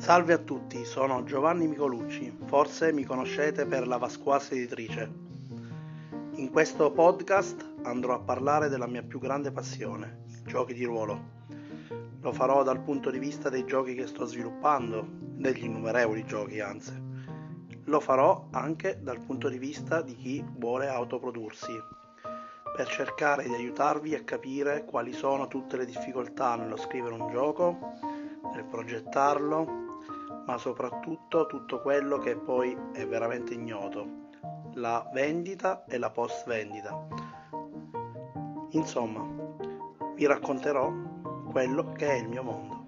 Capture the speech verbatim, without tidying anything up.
Salve a tutti, sono Giovanni Micolucci, forse mi conoscete per la Vasquasi Editrice. In questo podcast andrò a parlare della mia più grande passione, i giochi di ruolo. Lo farò dal punto di vista dei giochi che sto sviluppando, degli innumerevoli giochi anzi. Lo farò anche dal punto di vista di chi vuole autoprodursi, per cercare di aiutarvi a capire quali sono tutte le difficoltà nello scrivere un gioco, nel progettarlo, ma soprattutto tutto quello che poi è veramente ignoto, la vendita e la post vendita. Insomma, vi racconterò quello che è il mio mondo.